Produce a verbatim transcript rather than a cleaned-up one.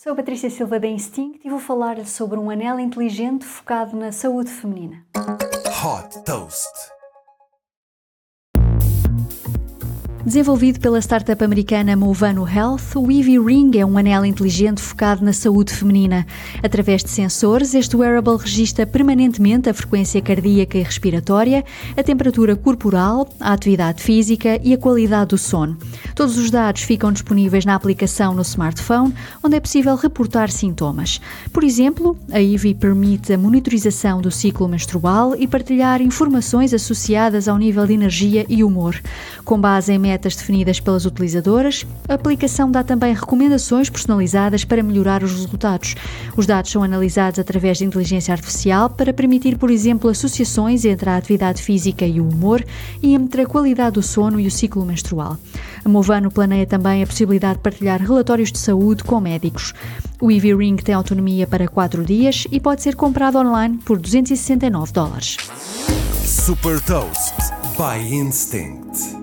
Sou a Patrícia Silva da Instinct e vou falar sobre um anel inteligente focado na saúde feminina. Hot Toast. Desenvolvido pela startup americana Movano Health, o Eevee Ring é um anel inteligente focado na saúde feminina. Através de sensores, este wearable registra permanentemente a frequência cardíaca e respiratória, a temperatura corporal, a atividade física e a qualidade do sono. Todos os dados ficam disponíveis na aplicação no smartphone, onde é possível reportar sintomas. Por exemplo, a Eevee permite a monitorização do ciclo menstrual e partilhar informações associadas ao nível de energia e humor. Com base em metas definidas pelas utilizadoras, a aplicação dá também recomendações personalizadas para melhorar os resultados. Os dados são analisados através de inteligência artificial para permitir, por exemplo, associações entre a atividade física e o humor e entre a qualidade do sono e o ciclo menstrual. A Movano planeia também a possibilidade de partilhar relatórios de saúde com médicos. O Eevee Ring tem autonomia para quatro dias e pode ser comprado online por duzentos e sessenta e nove dólares. Super Toast by Instinct.